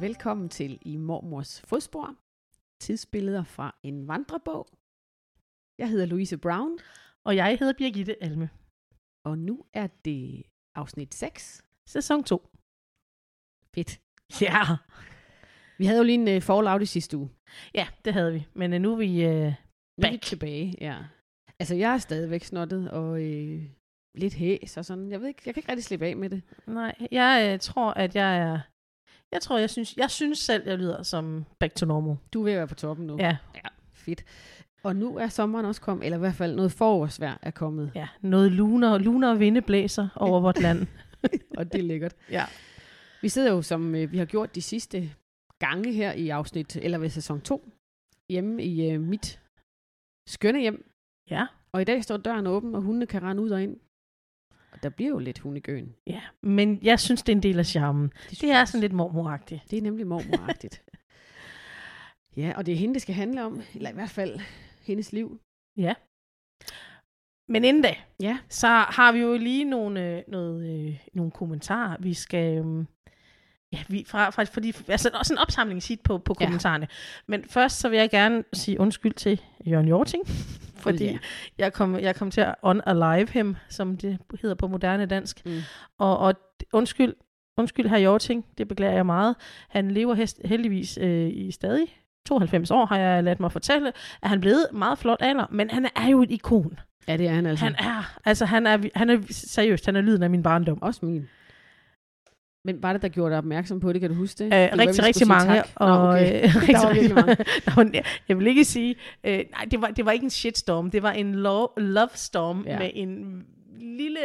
Velkommen til I Mormors Fodspor. Tidsbilleder fra en vandrebog. Jeg hedder Louise Brown. Og jeg hedder Birgitte Alme. Og nu er det afsnit 6. Sæson 2. Fedt. Ja. Vi havde jo lige en fallout i sidste uge. Ja, det havde vi. Men nu er vi back. Tilbage, ja. Altså, jeg er stadigvæk snottet og lidt hæs og sådan. Jeg kan ikke rigtig slippe af med det. Nej, jeg tror, at jeg er... Jeg synes selv, jeg lyder som back to normal. Du er ved at være på toppen nu. Ja. Ja, fedt. Og nu er sommeren også kommet, eller i hvert fald noget forårsvejr er kommet. Ja, noget luner og vinde blæser over vort land. Og det er lækkert. Ja. Vi sidder jo, som vi har gjort de sidste gange her i afsnit, eller ved sæson 2, hjemme i mit skønne hjem. Ja. Og i dag står døren åben, og hundene kan rende ud og ind. Og der bliver jo lidt hundegøen. Ja, men jeg synes, det er en del af charmen. Det er sådan lidt mormoragtigt. Det er nemlig mormoragtigt. Ja, og det er hende, det skal handle om. Eller i hvert fald hendes liv. Ja. Men inden da, ja, så har vi jo lige nogle kommentarer, vi skal... fordi altså også en opsamling sit på kommentarerne. Men først så vil jeg gerne sige undskyld til Jørgen Hjorting, fordi jeg kom til at unalive ham, som det hedder på moderne dansk. Og undskyld herr Hjorting, det beklager jeg meget. Han lever heldigvis i stadig 92 år, har jeg ladt mig fortælle, at han er blevet meget flot alder, men han er jo et ikon. Ja, det er han altså. Han er seriøst, han er lyden af min barndom. Også min. Men var det, der gjorde dig opmærksom på det? Kan du huske det? Rigtig mange. Rigtig mange. Jeg vil ikke sige... nej, det var ikke en shitstorm. Det var en love storm med en lille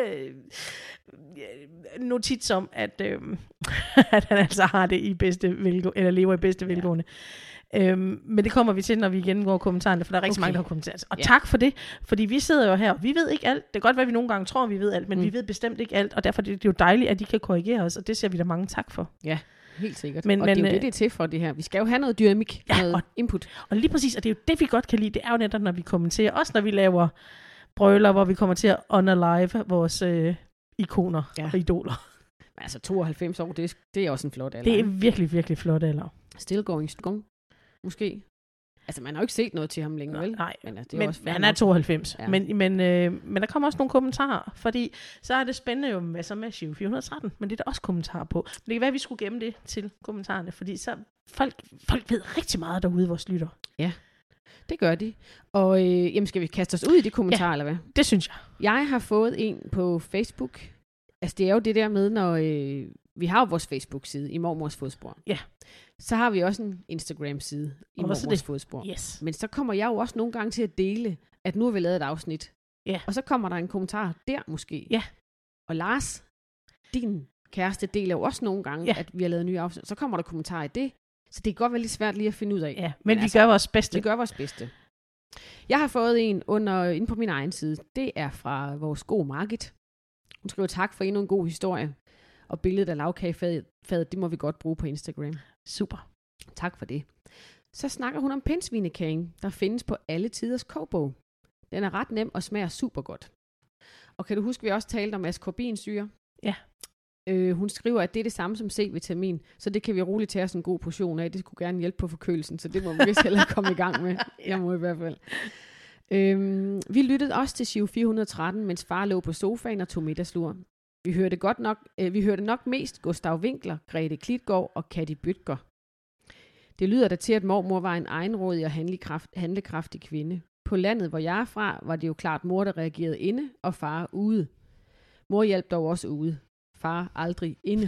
notits om, at han altså har det i bedste velgående, eller lever i bedste velgående. Men det kommer vi til, når vi gennemgår kommentarerne, for der er rigtig mange, der har kommenteret. Og tak for det, fordi vi sidder jo her, vi ved ikke alt. Det kan godt være, at vi nogle gange tror, vi ved alt, men vi ved bestemt ikke alt, og derfor er det jo dejligt, at de kan korrigere os, og det siger vi da mange tak for. Ja, helt sikkert. Men det er jo det er til for det her. Vi skal jo have noget dynamik, noget input. Og lige præcis, og det er jo det, vi godt kan lide, det er jo netop, når vi kommenterer, også når vi laver brøler, hvor vi kommer til at unalive vores ikoner og idoler. Altså 92 år, det er også en flot alder. Det er virkelig, virkelig flot alder. Still going strong. Måske. Altså, man har jo ikke set noget til ham længe, vel? Nej, men det er også han er 92. Ja. Men der kommer også nogle kommentarer, fordi så er det spændende jo med Shiv 413, men det er der også kommentarer på. Men det kan være, at vi skulle gemme det til kommentarerne, fordi så folk ved rigtig meget derude, vores lytter. Ja, det gør de. Og jamen, skal vi kaste os ud i de kommentarer, eller hvad? Det synes jeg. Jeg har fået en på Facebook. Altså, det er jo det der med, når vi har jo vores Facebook-side i Mormors Fodspor. Ja. Så har vi også en Instagram-side i Mormors Fodspor. Yes. Men så kommer jeg jo også nogle gange til at dele, at nu har vi lavet et afsnit. Ja. Og så kommer der en kommentar der måske. Ja. Og Lars, din kæreste, deler jo også nogle gange, at vi har lavet nye afsnit. Så kommer der kommentarer i det. Så det kan godt være lidt svært lige at finde ud af. Ja, men vi gør vores bedste. Vi gør vores bedste. Jeg har fået en inde på min egen side. Det er fra vores gode Margit. Hun skriver tak for endnu en god historie. Og billedet af lavkagefadet, det må vi godt bruge på Instagram. Super. Tak for det. Så snakker hun om pindsvinekagen, der findes på alle tiders kogebog. Den er ret nem og smager super godt. Og kan du huske, vi også talte om ascorbinsyre? Ja. Hun skriver, at det er det samme som C-vitamin, så det kan vi roligt tage os en god portion af. Det skulle gerne hjælpe på forkølelsen, så det må vi vist heller komme i gang med. Jeg må i hvert fald. Vi lyttede også til Shiv 413, mens far lå på sofaen og tog middagslur. Vi hørte nok mest Gustav Winkler, Grete Klitgaard og Katti Bødker. Det lyder da til, at mormor var en egenrådig og handlekraftig kvinde. På landet, hvor jeg er fra, var det jo klart mor, der reagerede inde, og far ude. Mor hjalp dog også ude. Far aldrig inde.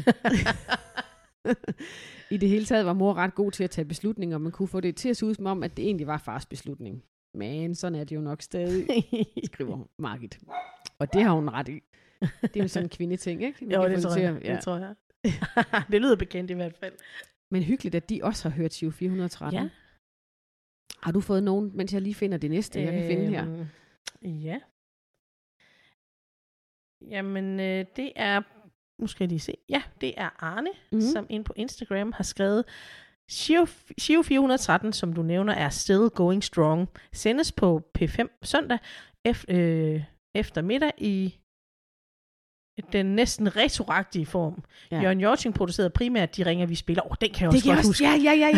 I det hele taget var mor ret god til at tage beslutninger, og man kunne få det til at se ud som om, at det egentlig var fars beslutning. Men sådan er det jo nok stadig, skriver Margit. Og det har hun ret i. Det er jo sådan en kvindeting, ikke? Jo, det tror jeg. Det lyder bekendt i hvert fald. Men hyggeligt, at de også har hørt Shiv 413. Ja. Har du fået nogen, mens jeg lige finder det næste, jeg kan finde her? Ja. Jamen, det er... Nu skal jeg lige se. Ja, det er Arne, som ind på Instagram har skrevet... Shiv 413, som du nævner, er still going strong. Sendes på P5 søndag eftermiddag i den næsten retroagtige form. Ja. Jørgen Hjorting producerede primært De Ringer, vi spiller. Den kan jeg Det også kan godt huske.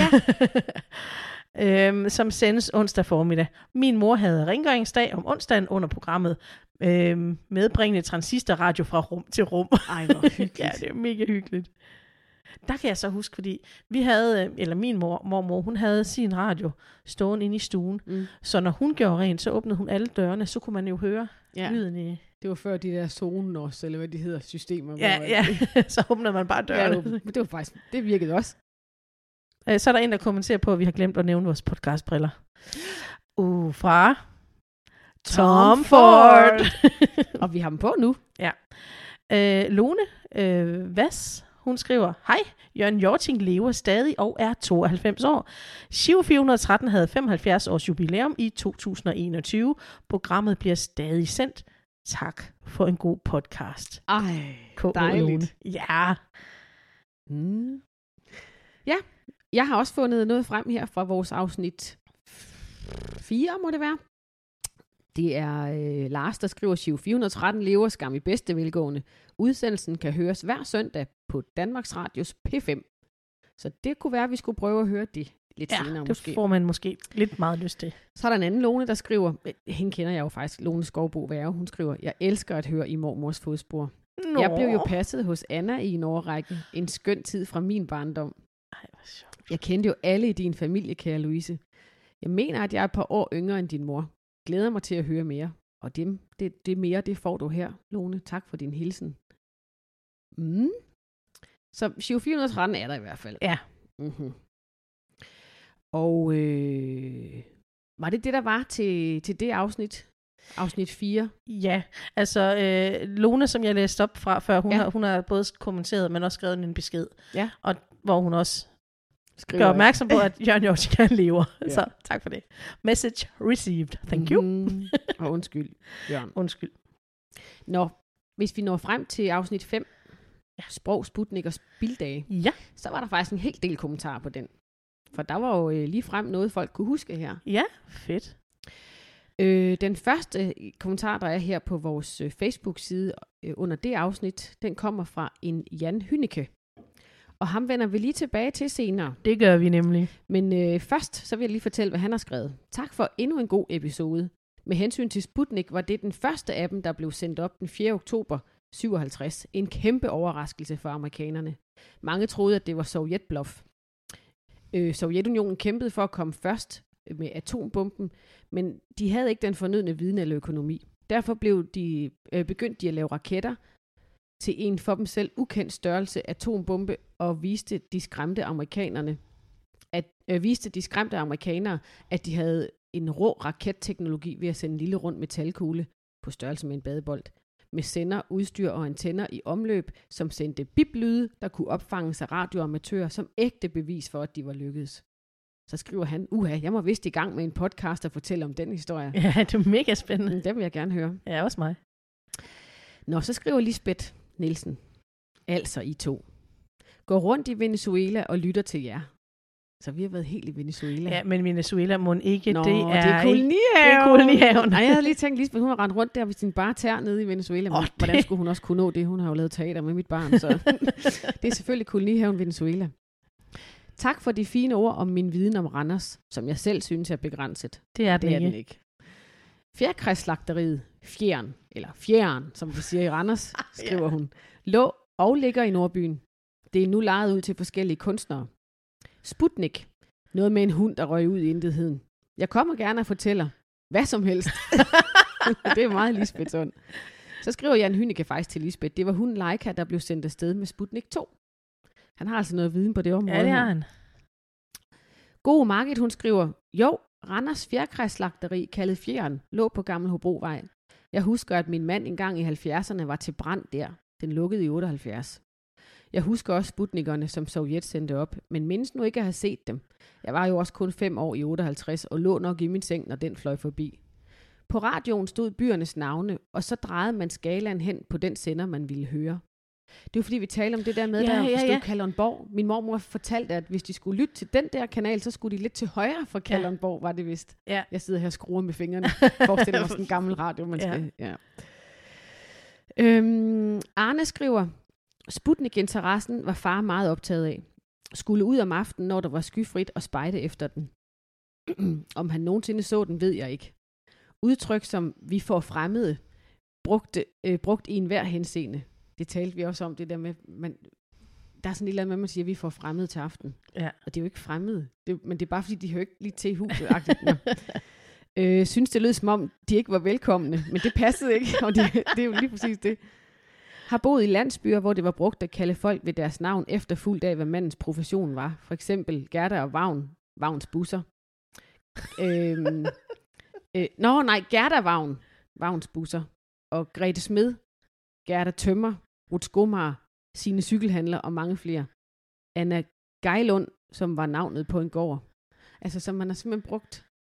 Ja. Som sendes onsdag formiddag. Min mor havde rengøringsdag om onsdagen under programmet medbringende transistorradio fra rum til rum. Ej, hvor hyggeligt. Ja, det er mega hyggeligt. Der kan jeg så huske, fordi vi havde, eller min mormor, hun havde sin radio stående inde i stuen. Så når hun gjorde rent, så åbnede hun alle dørene, så kunne man jo høre lyden i... Det var før de der Sonos, eller hvad de hedder, systemer. Ja, så åbnede man bare dørene. Det var faktisk, det virkede også. Så er der en, der kommenterer på, at vi har glemt at nævne vores podcastbriller. Fra Tom Ford. Og vi har dem på nu. Ja. Lone Vass, hun skriver, hej, Jørgen Hjorting lever stadig og er 92 år. Giro 413 havde 75 års jubilæum i 2021. Programmet bliver stadig sendt. Tak for en god podcast. Ej, dejligt. Lone. Ja. Ja, jeg har også fundet noget frem her fra vores afsnit 4, må det være. Det er Lars, der skriver, Giro 413 lever skam i bedste velgående. Udsendelsen kan høres hver søndag på Danmarks Radios P5. Så det kunne være, at vi skulle prøve at høre det lidt senere det måske. Får man måske lidt meget lyst til. Så er der en anden Lone, der skriver, hende kender jeg jo faktisk, Lone Skovbo Værge, hun skriver, jeg elsker at høre i mormors fodspor. Nå. Jeg blev jo passet hos Anna i en årrække. En skøn tid fra min barndom. Ej, hvor sjovt. Jeg kendte jo alle i din familie, kære Louise. Jeg mener, at jeg er et par år yngre end din mor. Glæder mig til at høre mere. Og det mere, det får du her, Lone. Tak for din hilsen. Så Giro 413 er der i hvert fald. Ja. Mm-hmm. Og var det der var til det afsnit? Afsnit 4? Ja, altså Lone, som jeg læste op fra før, hun har både kommenteret, men også skrevet en besked. Ja. Og hvor hun også skriver gør opmærksom på, at Jørgen Hjorting lever. Ja. Så tak for det. Message received. Thank you. Og undskyld, Jørgen. Undskyld. Nå, hvis vi når frem til afsnit 5, Sprog, Sputnik og Spilddage, så var der faktisk en hel del kommentarer på den. For der var jo lige frem noget, folk kunne huske her. Ja, fedt. Den første kommentar, der er her på vores Facebook-side under det afsnit, den kommer fra en Jan Hynneke. Og ham vender vi lige tilbage til senere. Det gør vi nemlig. Men først, så vil jeg lige fortælle, hvad han har skrevet. Tak for endnu en god episode. Med hensyn til Sputnik, var det den første af dem, der blev sendt op den 4. oktober 57. En kæmpe overraskelse for amerikanerne. Mange troede, at det var Sovjetbluff. Sovjetunionen kæmpede for at komme først med atombomben, men de havde ikke den fornødne viden eller økonomi. Derfor begyndte de at lave raketter til en for dem selv ukendt størrelse atombombe og viste de skræmte amerikanere, at de havde en rå raketteknologi ved at sende en lille rund metalkugle på størrelse med en badebold, med sender, udstyr og antenner i omløb, som sendte bip-lyde, der kunne opfanges af radioamatører som ægte bevis for, at de var lykkedes. Så skriver han, jeg må vist i gang med en podcast og fortælle om den historie. Ja, det er mega spændende. Den vil jeg gerne høre. Ja, også mig. Nå, så skriver Lisbeth Nielsen, altså I to. Går rundt i Venezuela og lytter til jer. Så vi har været helt i Venezuela. Ja, men Venezuela må ikke. Nå, det er kolonihaven. Nej, jeg havde lige tænkt, Lisbeth, hun har rendt rundt der ved sin bare tær nede i Venezuela. Men hvordan skulle hun også kunne nå det? Hun har jo lavet teater med mit barn, så det er selvfølgelig kolonihaven Venezuela. Tak for de fine ord om min viden om Randers, som jeg selv synes er begrænset. Det er den ikke. Fjerkræslagteriet Fjern, som vi siger i Randers, skriver hun, lå og ligger i Nordbyen. Det er nu lejet ud til forskellige kunstnere. Sputnik. Noget med en hund, der røg ud i intetheden. Jeg kommer gerne og fortæller hvad som helst. Det er meget Lisbethsund. Så skriver Jan Hynneke faktisk til Lisbeth. Det var hunden Leica, der blev sendt afsted med Sputnik 2. Han har altså noget viden på det område. Ja, det har han. God Margit, hun skriver, Randers fjerkræslagteri, kaldet Fjern, lå på Gammel Hobrovej. Jeg husker, at min mand engang i 70'erne var til brand der. Den lukkede i 78. Jeg husker også Sputnikerne, som Sovjet sendte op, men mindes nu ikke at have set dem. Jeg var jo også kun 5 år i 58 og lå nok i min seng, når den fløj forbi. På radioen stod byernes navne, og så drejede man skalaen hen på den sender, man ville høre. Det er jo fordi, vi taler om det der med, der stod Kalundborg. Min mormor fortalte, at hvis de skulle lytte til den der kanal, så skulle de lidt til højre for Kalundborg, var det vist. Ja. Jeg sidder her og skruer med fingrene. Forestiller mig sådan en gammel radio, man skal... Ja. Arne skriver, Sputnik-interessen var far meget optaget af. Skulle ud om aftenen, når der var skyfrit, og spejde efter den. Om han nogensinde så den, ved jeg ikke. Udtryk som vi får fremmede, brugt i enhver henseende. Det talte vi også om, det der med, der er sådan et eller andet med, man siger, at vi får fremmede til aften. Ja. Og det er jo ikke fremmede, men det er bare fordi, de hører ikke lige til i huset. Synes det lød som om, de ikke var velkomne, men det passede ikke, og det er jo lige præcis det. Har boet i landsbyer, hvor det var brugt at kalde folk ved deres navn, efterfulgt af, hvad mandens profession var. For eksempel Gerda og Vagn, Vagns busser. Gerda Vagn, Vagns busser. Og Grete Smed, Gerda Tømmer, Ruth Skomar, Signe Cykelhandler og mange flere. Anna Gejlund, som var navnet på en gård. Altså, som man har simpelthen brugt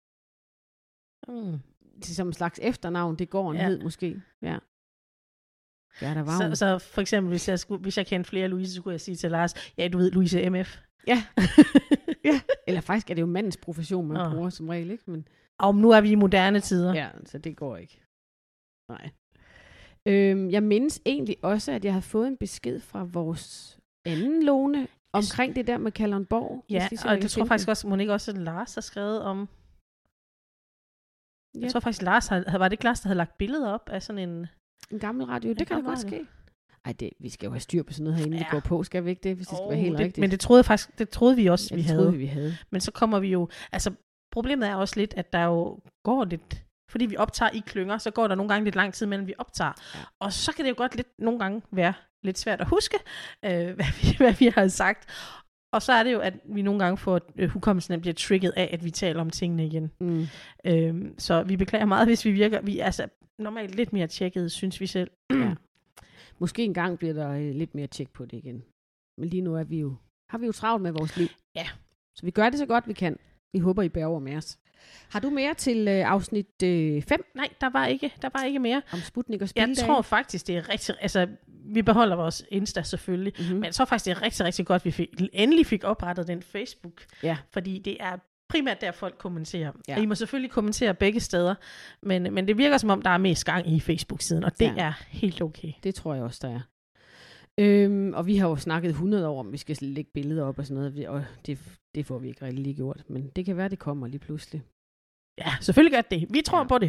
som en slags efternavn, det gården hed måske. Ja. Gerda Vagn. Så for eksempel, hvis jeg kendte flere Louise, så kunne jeg sige til Lars, ja, du ved, Louise MF. Ja. Ja. Eller faktisk er det jo mandens profession, man bruger som regel, ikke? Men og nu er vi i moderne tider. Ja, så det går ikke. Nej. Jeg mindes egentlig også, at jeg havde fået en besked fra vores anden Lone omkring det der med Kalundborg. Ja, og jeg tror faktisk også, må ikke også, at Lars har skrevet om... Jeg tror faktisk, Lars var det ikke Lars, der havde lagt billeder op af sådan en gammel radio? Det kan da godt ske. Ej, vi skal jo have styr på sådan noget herinde, det går på, skal vi ikke det, hvis det skal være helt rigtigt? Men det troede vi også, vi havde. Men så kommer vi jo... Altså, problemet er også lidt, at der jo går lidt... Fordi vi optager i klynger, så går der nogle gange lidt lang tid, mellem vi optager. Ja. Og så kan det jo godt nogle gange være lidt svært at huske, hvad vi har sagt. Og så er det jo, at vi nogle gange får hukommelsen bliver trigget af, at vi taler om tingene igen. Så vi beklager meget, hvis vi er altså normalt lidt mere tjekket, synes vi selv. Ja. Måske en gang bliver der lidt mere tjek på det igen. Men lige nu har vi jo travlt med vores liv. Ja. Så vi gør det så godt vi kan. Vi håber, I bærer over med os. Har du mere til afsnit 5? Nej, der var ikke mere. Om Sputnik og spildage? Jeg tror faktisk, det er rigtig... Altså, vi beholder vores Insta selvfølgelig, men jeg tror faktisk, det er rigtig, rigtig godt, at vi endelig fik oprettet den Facebook. Ja. Fordi det er primært der, folk kommenterer. Ja. Og I må selvfølgelig kommentere begge steder, men det virker som om, der er mest gang i Facebook-siden, og det er helt okay. Det tror jeg også, der er. Og vi har jo snakket 100 år om, vi skal lægge billeder op og sådan noget, og det får vi ikke rigtig lige gjort. Men det kan være, det kommer lige pludselig. Ja, selvfølgelig gør det. Vi tror på det.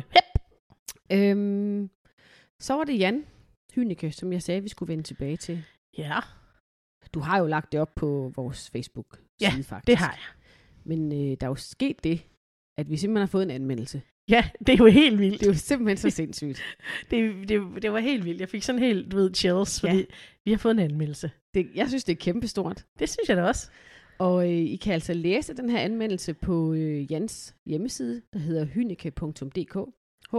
Så var det Jan Hynike, som jeg sagde, vi skulle vende tilbage til. Ja. Du har jo lagt det op på vores Facebook-side, faktisk. Det har jeg. Men der er jo sket det, at vi simpelthen har fået en anmeldelse. Ja, det er jo helt vildt. Det er jo simpelthen så sindssygt. det var helt vildt. Jeg fik sådan helt, chills, fordi vi har fået en anmeldelse. Jeg synes, det er kæmpestort. Det synes jeg da også. Og I kan altså læse den her anmeldelse på Jans hjemmeside, der hedder hynike.dk.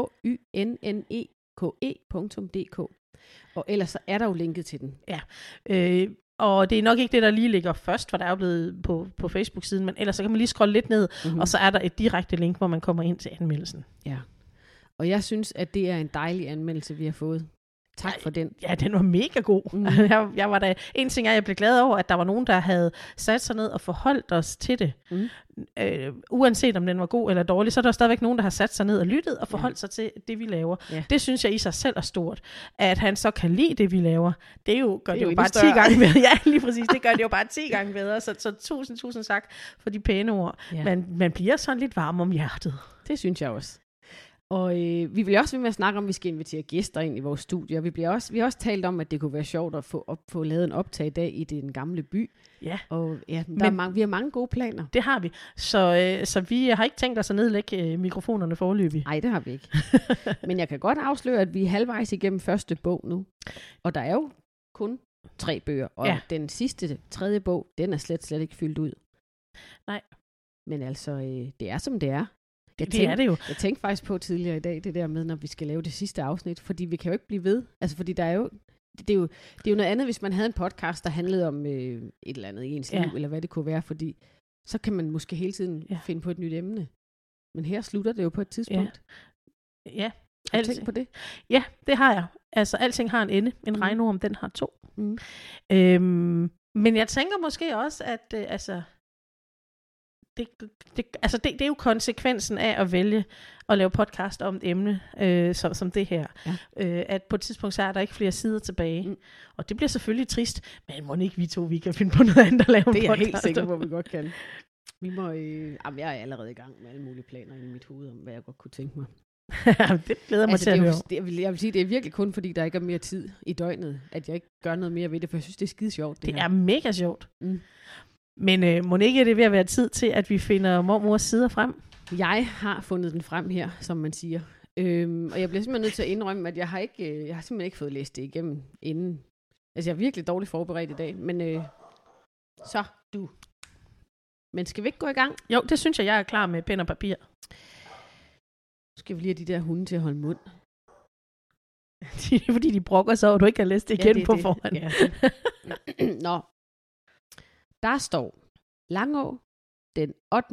HYNNEKE.dk. Og ellers så er der jo linket til den. Ja, og det er nok ikke det, der lige ligger først, for der er jo blevet på Facebook-siden, men ellers så kan man lige scrolle lidt ned, og så er der et direkte link, hvor man kommer ind til anmeldelsen. Ja, og jeg synes, at det er en dejlig anmeldelse, vi har fået. Tak for den. Ja, den var mega god. Jeg var da, en ting er, jeg blev glad over, at der var nogen, der havde sat sig ned og forholdt os til det. Uanset om den var god eller dårlig, så er der stadigvæk nogen, der har sat sig ned og lyttet og forholdt sig til det, vi laver. Ja. Det synes jeg i sig selv er stort. At han så kan lide det, vi laver, det gør det jo bare 10 gange bedre. Ja, lige præcis. Det gør det jo bare 10 gange bedre. Så tusind tak for de pæne ord. Ja. Man bliver sådan lidt varm om hjertet. Det synes jeg også. Og vi vil også ved med at snakke om, at vi skal invitere gæster ind i vores studie. Vi har også talt om, at det kunne være sjovt at få lavet en optag i dag i den gamle by. Ja. Og vi har mange gode planer. Det har vi. Så vi har ikke tænkt os at nedlægge mikrofonerne foreløbig. Nej, det har vi ikke. Men jeg kan godt afsløre, at vi er halvvejs igennem første bog nu. Og der er jo kun 3 bøger. Og den sidste, 3. bog, den er slet ikke fyldt ud. Nej. Men altså, det er som det er. Det er det jo. Jeg tænkte faktisk på tidligere i dag, det der med, når vi skal lave det sidste afsnit, fordi vi kan jo ikke blive ved. Altså, fordi der er jo, det er jo noget andet, hvis man havde en podcast, der handlede om et eller andet i ens liv, eller hvad det kunne være, fordi så kan man måske hele tiden finde på et nyt emne. Men her slutter det jo på et tidspunkt. Ja. Har du tænkt på det? Ja, det har jeg. Altså, alting har en ende. En regnorm, den har 2. Men jeg tænker måske også, at det er jo konsekvensen af at vælge at lave podcast om et emne som det her. Ja. At på et tidspunkt, så er der ikke flere sider tilbage. Og det bliver selvfølgelig trist, men må ikke vi kan finde på noget andet at lave det en podcast. Det er jeg helt sikker på, vi godt kan. Vi må, jeg er allerede i gang med alle mulige planer i mit hoved om, hvad jeg godt kunne tænke mig. Det glæder mig til at høre. Jeg vil sige, det er virkelig kun fordi, der ikke er mere tid i døgnet, at jeg ikke gør noget mere ved det, for jeg synes, det er skide sjovt. Det er mega sjovt. Men må ikke det ved at være tid til, at vi finder mormors sider frem? Jeg har fundet den frem her, som man siger. Og jeg bliver simpelthen nødt til at indrømme, at jeg har simpelthen ikke fået læst det igennem inden. Altså, jeg er virkelig dårligt forberedt i dag, men så du. Men skal vi ikke gå i gang? Jo, det synes jeg er klar med pen og papir. Så skal vi lige have de der hunde til at holde mund. Det er fordi, de brokker sig, og du ikke har læst det igen på forhånd. Ja. Nå. Der står Langå den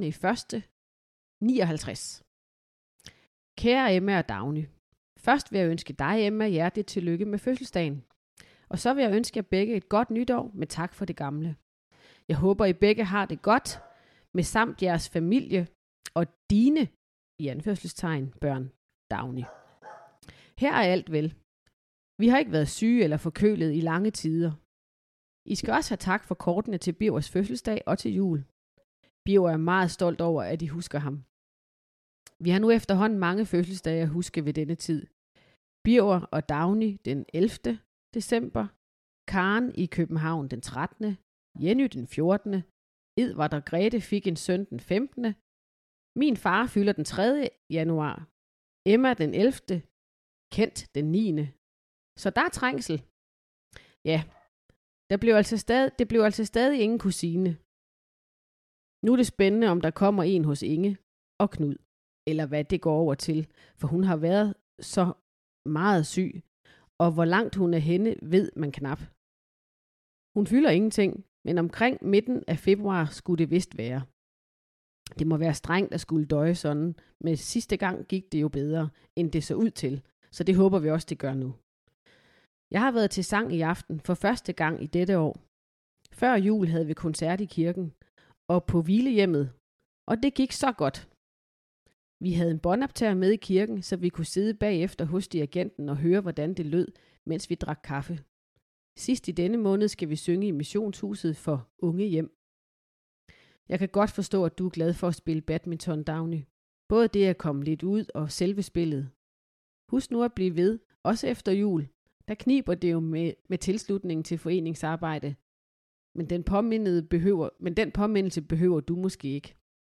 8.1.59. Kære Emma og Dagny. Først vil jeg ønske dig, Emma, hjerteligt tillykke med fødselsdagen. Og så vil jeg ønske jer begge et godt nytår med tak for det gamle. Jeg håber, I begge har det godt med samt jeres familie og dine, i anførselstegn, børn, Dagny. Her er alt vel. Vi har ikke været syge eller forkølet i lange tider. I skal også have tak for kortene til Birgers fødselsdag og til jul. Birger er meget stolt over, at I husker ham. Vi har nu efterhånden mange fødselsdage at huske ved denne tid. Birger og Dagny den 11. december, Karen i København den 13., Jenny den 14., Edvard og Grete fik en søn den 15., min far fylder den 3. januar, Emma den 11., Kent den 9. Så der er trængsel. Ja, det blev altså stadig ingen kusine. Nu er det spændende, om der kommer en hos Inge og Knud, eller hvad det går over til, for hun har været så meget syg, og hvor langt hun er henne, ved man knap. Hun fylder ingenting, men omkring midten af februar skulle det vist være. Det må være strengt at skulle døje sådan, men sidste gang gik det jo bedre, end det så ud til, så det håber vi også, det gør nu. Jeg har været til sang i aften for første gang i dette år. Før jul havde vi koncert i kirken, og på hvilehjemmet, og det gik så godt. Vi havde en båndoptager med i kirken, så vi kunne sidde bagefter hos dirigenten og høre, hvordan det lød, mens vi drak kaffe. Sidst i denne måned skal vi synge i Missionshuset for Unge Hjem. Jeg kan godt forstå, at du er glad for at spille badminton, Dagny. Både det at komme lidt ud og selve spillet. Husk nu at blive ved, også efter jul. Der kniber det jo med tilslutningen til foreningsarbejde. Men den påmindelse behøver du måske ikke.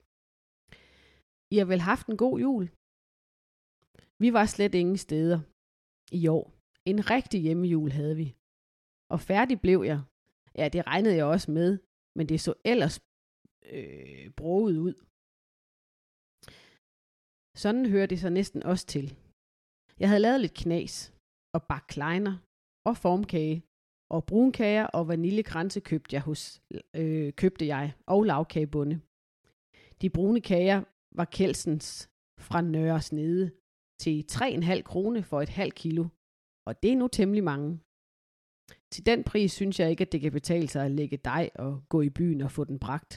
I har vel haft en god jul? Vi var slet ingen steder i år. En rigtig hjemmejul havde vi. Og færdig blev jeg. Ja, det regnede jeg også med, men det så ellers broget ud. Sådan hører det så næsten også til. Jeg havde lavet lidt knas, og bagt kleiner, og formkage, og brunkager og vaniljekranse købte jeg, og lavkagebunde. De brune kager var Kelsens fra Nørre Snede til 3,5 kroner for et halvt kilo, og det er nu temmelig mange. Til den pris synes jeg ikke, at det kan betale sig at lægge dej og gå i byen og få den bragt.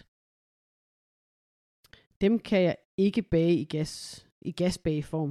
Dem kan jeg ikke bage i gasbageform.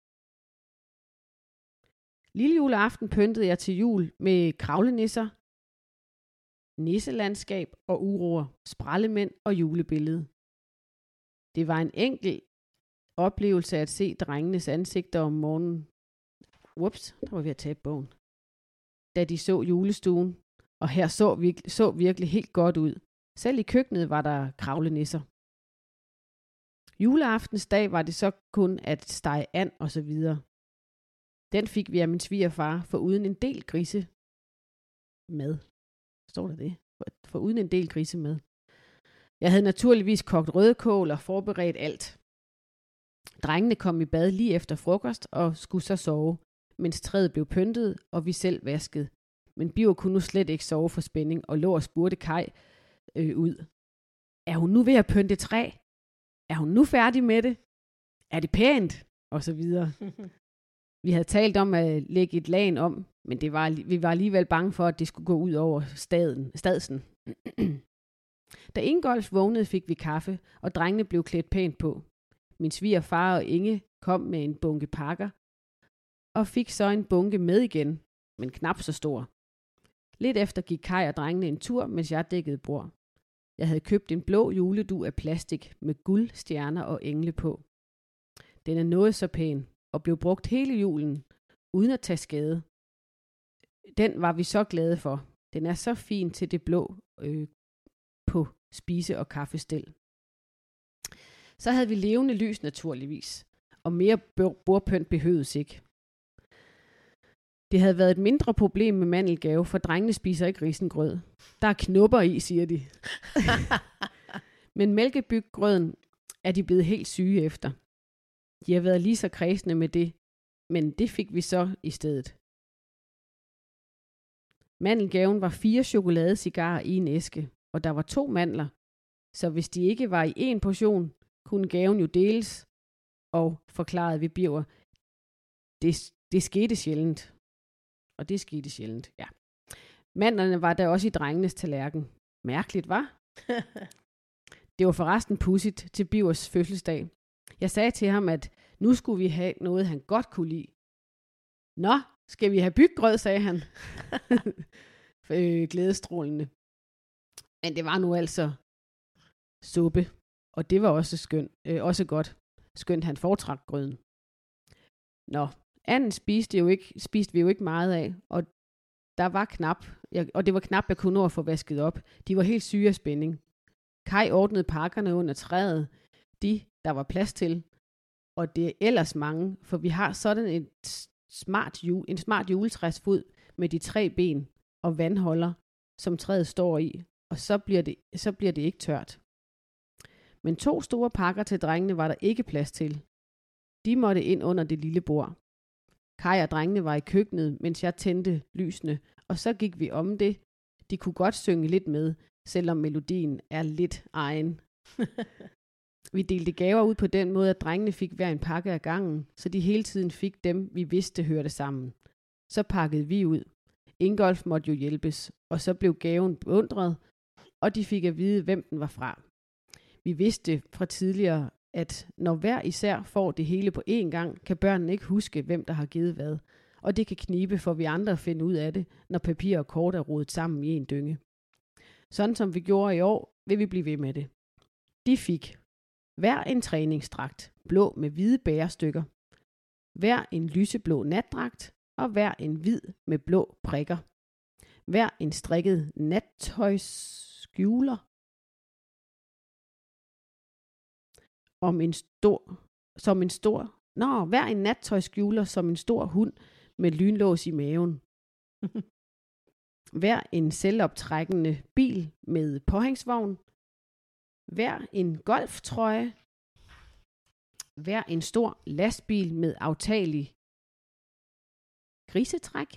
Lille juleaften pyntede jeg til jul med kravlenisser, nisselandskab og uroer, sprællemænd og julebillede. Det var en enkel oplevelse at se drengenes ansigter om morgenen. Ups, der var vi at tabe bogen. Da de så julestuen, og her så virkelig helt godt ud. Selv i køkkenet var der kravlenisser. Juleaftens dag var det så kun at stege and og så videre. Den fik vi af min svigerfar for uden en del grise mad. Står der det? For uden en del grise mad. Jeg havde naturligvis kogt rødkål og forberedt alt. Drengene kom i bad lige efter frokost og skulle så sove, mens træet blev pyntet og vi selv vaskede. Men Birger kunne nu slet ikke sove for spænding og lå og spurgte Kai ud. Er hun nu ved at pynte træ? Er hun nu færdig med det? Er det pænt? Og så videre. Vi havde talt om at lægge et lag om, men vi var alligevel bange for, at det skulle gå ud over stadsen. Da Ingolf vågnede, fik vi kaffe, og drengene blev klædt pænt på. Min svigerfar og Inge kom med en bunke pakker, og fik så en bunke med igen, men knap så stor. Lidt efter gik Kai og drengene en tur, mens jeg dækkede bord. Jeg havde købt en blå juledug af plastik med guld, stjerner og engle på. Den er noget så pæn, og blev brugt hele julen, uden at tage skade. Den var vi så glade for. Den er så fin til det blå på spise- og kaffestel. Så havde vi levende lys naturligvis, og mere bordpynt behøvedes ikke. Det havde været et mindre problem med mandelgave, for drengene spiser ikke risengrød. Der er knupper i, siger de. Men mælkebyggrøden er de blevet helt syge efter. De har været lige så kredsende med det, men det fik vi så i stedet. Mandelgaven var 4 chokoladecigarer i en æske, og der var 2 mandler, så hvis de ikke var i en portion, kunne gaven jo deles, og forklarede vi Birger, det skete sjældent. Og det skete sjældent, ja. Mandlerne var der også i drengenes tallerken. Mærkeligt, hva'? Det var forresten pudsigt til Birgers fødselsdag. Jeg sagde til ham, at nu skulle vi have noget, han godt kunne lide. Nå, skal vi have byggrød, sagde han. Glædestrålende. Men det var nu altså suppe, og det var også også godt. Skønt han foretrak grøden. Nå, anden spiste vi jo ikke meget af, og der var det var knap, jeg kunne nå at få vasket op. De var helt syge af spænding. Kai ordnede pakkerne under træet, der var plads til, og det er ellers mange, for vi har sådan en smart juletræsfod med de 3 ben og vandholder, som træet står i, og så bliver det ikke tørt. Men 2 store pakker til drengene var der ikke plads til. De måtte ind under det lille bord. Kai og drengene var i køkkenet, mens jeg tændte lysene, og så gik vi om det. De kunne godt synge lidt med, selvom melodien er lidt egen. Vi delte gaver ud på den måde, at drengene fik hver en pakke af gangen, så de hele tiden fik dem, vi vidste hørte sammen. Så pakkede vi ud. Ingolf måtte jo hjælpes, og så blev gaven beundret, og de fik at vide, hvem den var fra. Vi vidste fra tidligere, at når hver især får det hele på én gang, kan børnene ikke huske, hvem der har givet hvad. Og det kan knibe for vi andre at finde ud af det, når papir og kort er rodet sammen i en dynge. Sådan som vi gjorde i år, vil vi blive ved med det. De fik hver en træningsdragt, blå med hvide bærestykker, hver en lyseblå natdragt og hver en hvid med blå prikker, hver en strikket nattøjsskjuler, hver en nattøjsskjuler som en stor hund med lynlås i maven. Hver en selvoptrækkende bil med påhængsvogn. Hver en golftrøje. Hver en stor lastbil med aftagelig grisetræk.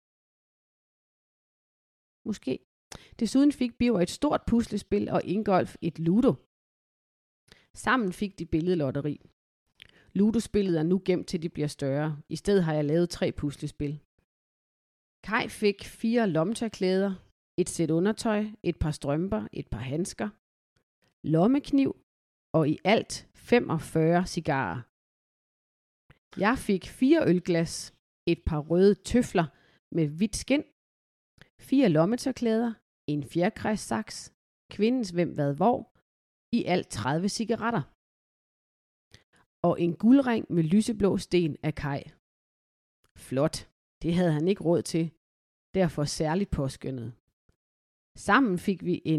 Måske. Desuden fik Birger et stort puslespil og Ingolf et ludo. Sammen fik de billedlotteri. Ludospillet er nu gemt til de bliver større. I stedet har jeg lavet 3 puslespil. Kai fik 4 lommetørklæder, et sæt undertøj, et par strømper, et par handsker, lommekniv og i alt 45 cigarer. Jeg fik 4 ølglas, et par røde tøfler med hvidt skind, 4 lommetørklæder, en fjerkræssaks, kvindens hvem hvad hvor, i alt 30 cigaretter. Og en guldring med lyseblå sten af Kai. Flot. Det havde han ikke råd til. Derfor særligt påskønnet. Sammen fik vi en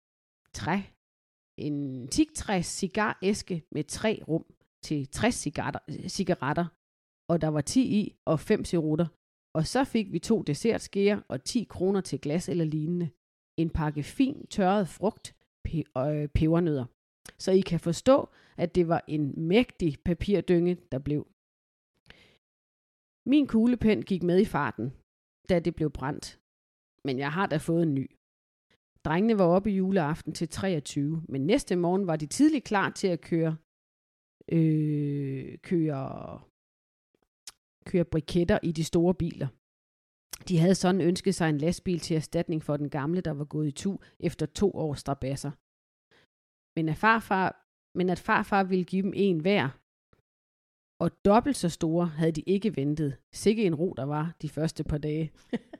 teaktræs cigaræske med 3 rum til 60 cigaretter. Og der var 10 i og 5 cerutter. Og så fik vi 2 dessertskeer og 10 kroner til glas eller lignende. En pakke fin tørret frugt og pebernødder. Så I kan forstå, at det var en mægtig papirdynge, der blev. Min kuglepen gik med i farten, da det blev brændt. Men jeg har da fået en ny. Drengene var oppe i juleaften til 23, men næste morgen var de tidligt klar til at køre briketter i de store biler. De havde sådan ønsket sig en lastbil til erstatning for den gamle, der var gået i tu efter 2 års strabasser. Men at farfar ville give dem en hver, og dobbelt så store havde de ikke ventet. Sikke en ro, der var de første par dage.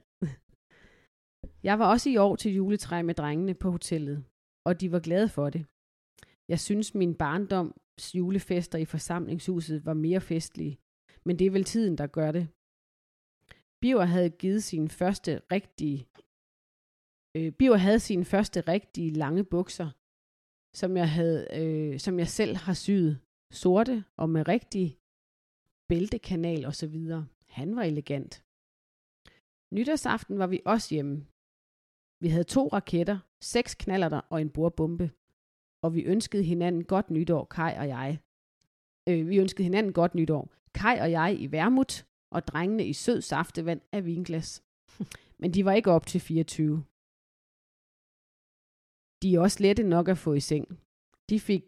Jeg var også i år til juletræ med drengene på hotellet, og de var glade for det. Jeg synes, min barndoms julefester i forsamlingshuset var mere festlige, men det er vel tiden, der gør det. Birger havde sine første rigtige lange bukser, som jeg selv har syet, sorte og med rigtig bæltekanal og så videre. Han var elegant. Nytårsaften var vi også hjemme. Vi havde 2 raketter, 6 knallerter og en bordbombe. Og vi ønskede hinanden godt nytår, Kai og jeg. Kai og jeg i vermut, og drengene i sød saftevand af vinglas. Men de var ikke op til 24. De er også lette nok at få i seng. De fik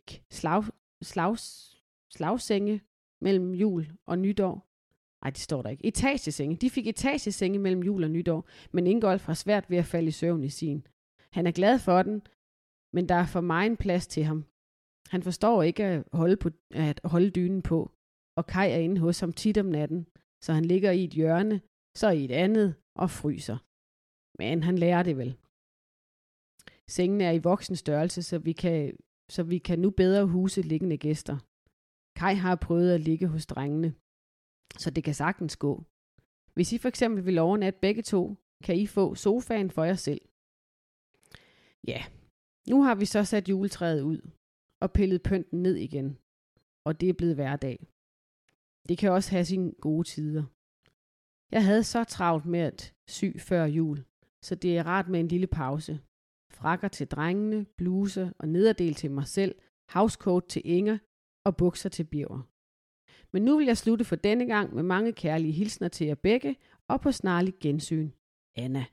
slagsenge mellem jul og nytår. Nej, det står der ikke. Etagesenge. De fik etagesenge mellem jul og nytår, men Ingolf har svært ved at falde i søvn i sin. Han er glad for den, men der er for meget plads til ham. Han forstår ikke at holde dynen på, og Kai er inde hos ham tit om natten, så han ligger i et hjørne, så i et andet og fryser. Men han lærer det vel. Sengen er i voksen størrelse, så vi kan nu bedre huse liggende gæster. Kai har prøvet at ligge hos drengene, så det kan sagtens gå. Hvis I for eksempel vil overnatte begge to, kan I få sofaen for jer selv. Ja, nu har vi så sat juletræet ud og pillet pynten ned igen, og det er blevet hverdag. Det kan også have sine gode tider. Jeg havde så travlt med at sy før jul, så det er rart med en lille pause. Frakker til drengene, bluse og nederdel til mig selv, housecoat til Inger og bukser til Birger. Men nu vil jeg slutte for denne gang med mange kærlige hilsner til jer begge, og på snarlig gensyn. Anna.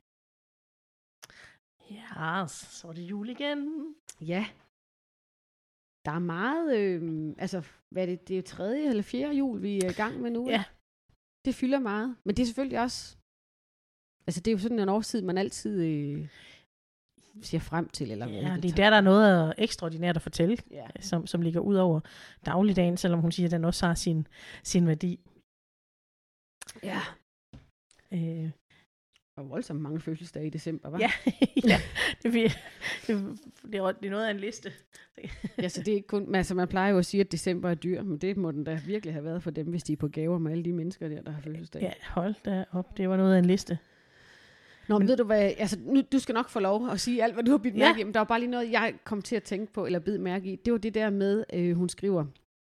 Ja, så er det jul igen. Ja. Der er meget, hvad er det? Det er 3. eller 4. jul, vi er i gang med nu. Ja. Det fylder meget. Men det er selvfølgelig også, det er jo sådan en årstid, man altid ser frem til. Eller det er der er noget ekstraordinært at fortælle, som ligger ud over dagligdagen, selvom hun siger, at den også har sin værdi. Ja. Og voldsomt mange fødselsdage i december, hva'? Ja, det er noget af en liste. Ja, så det er ikke kun, man plejer jo at sige, at december er dyr, men det må den da virkelig have været for dem, hvis de er på gaver med alle de mennesker der har fødselsdag. Ja, hold da op, det var noget af en liste. Nå, men ved du hvad, nu, du skal nok få lov at sige alt, hvad du har bidt mærke i, men der var bare lige noget, jeg kom til at tænke på, eller bid mærke i. Det var det der med, hun skriver,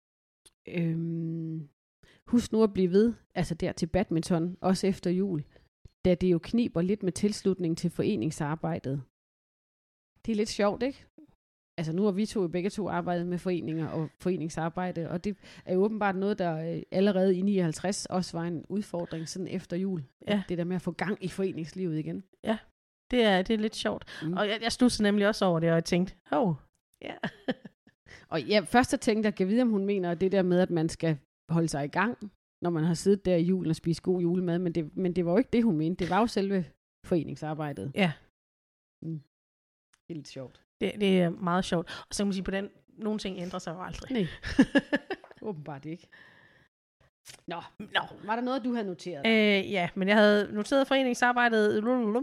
husk nu at blive ved, der til badminton, også efter jul, da det jo kniber lidt med tilslutning til foreningsarbejdet. Det er lidt sjovt, ikke? Nu har vi begge to arbejdet med foreninger og foreningsarbejde, og det er jo åbenbart noget, der allerede i 59 også var en udfordring sådan efter jul. Ja. Det der med at få gang i foreningslivet igen. Ja, det er lidt sjovt. Og jeg studsede nemlig også over det, og jeg tænkte, ja. Og først så tænkte jeg, at jeg vide, om hun mener det der med, at man skal holde sig i gang, når man har siddet der i julen og spist god julemad, men det var jo ikke det, hun mente. Det var jo selve foreningsarbejdet. Ja. Det er lidt sjovt. Det er meget sjovt. Og så kan man sige, på nogle ting ændrer sig jo aldrig. Nej, åbenbart ikke. Nå, var der noget, du havde noteret? Ja, men jeg havde noteret foreningsarbejdet.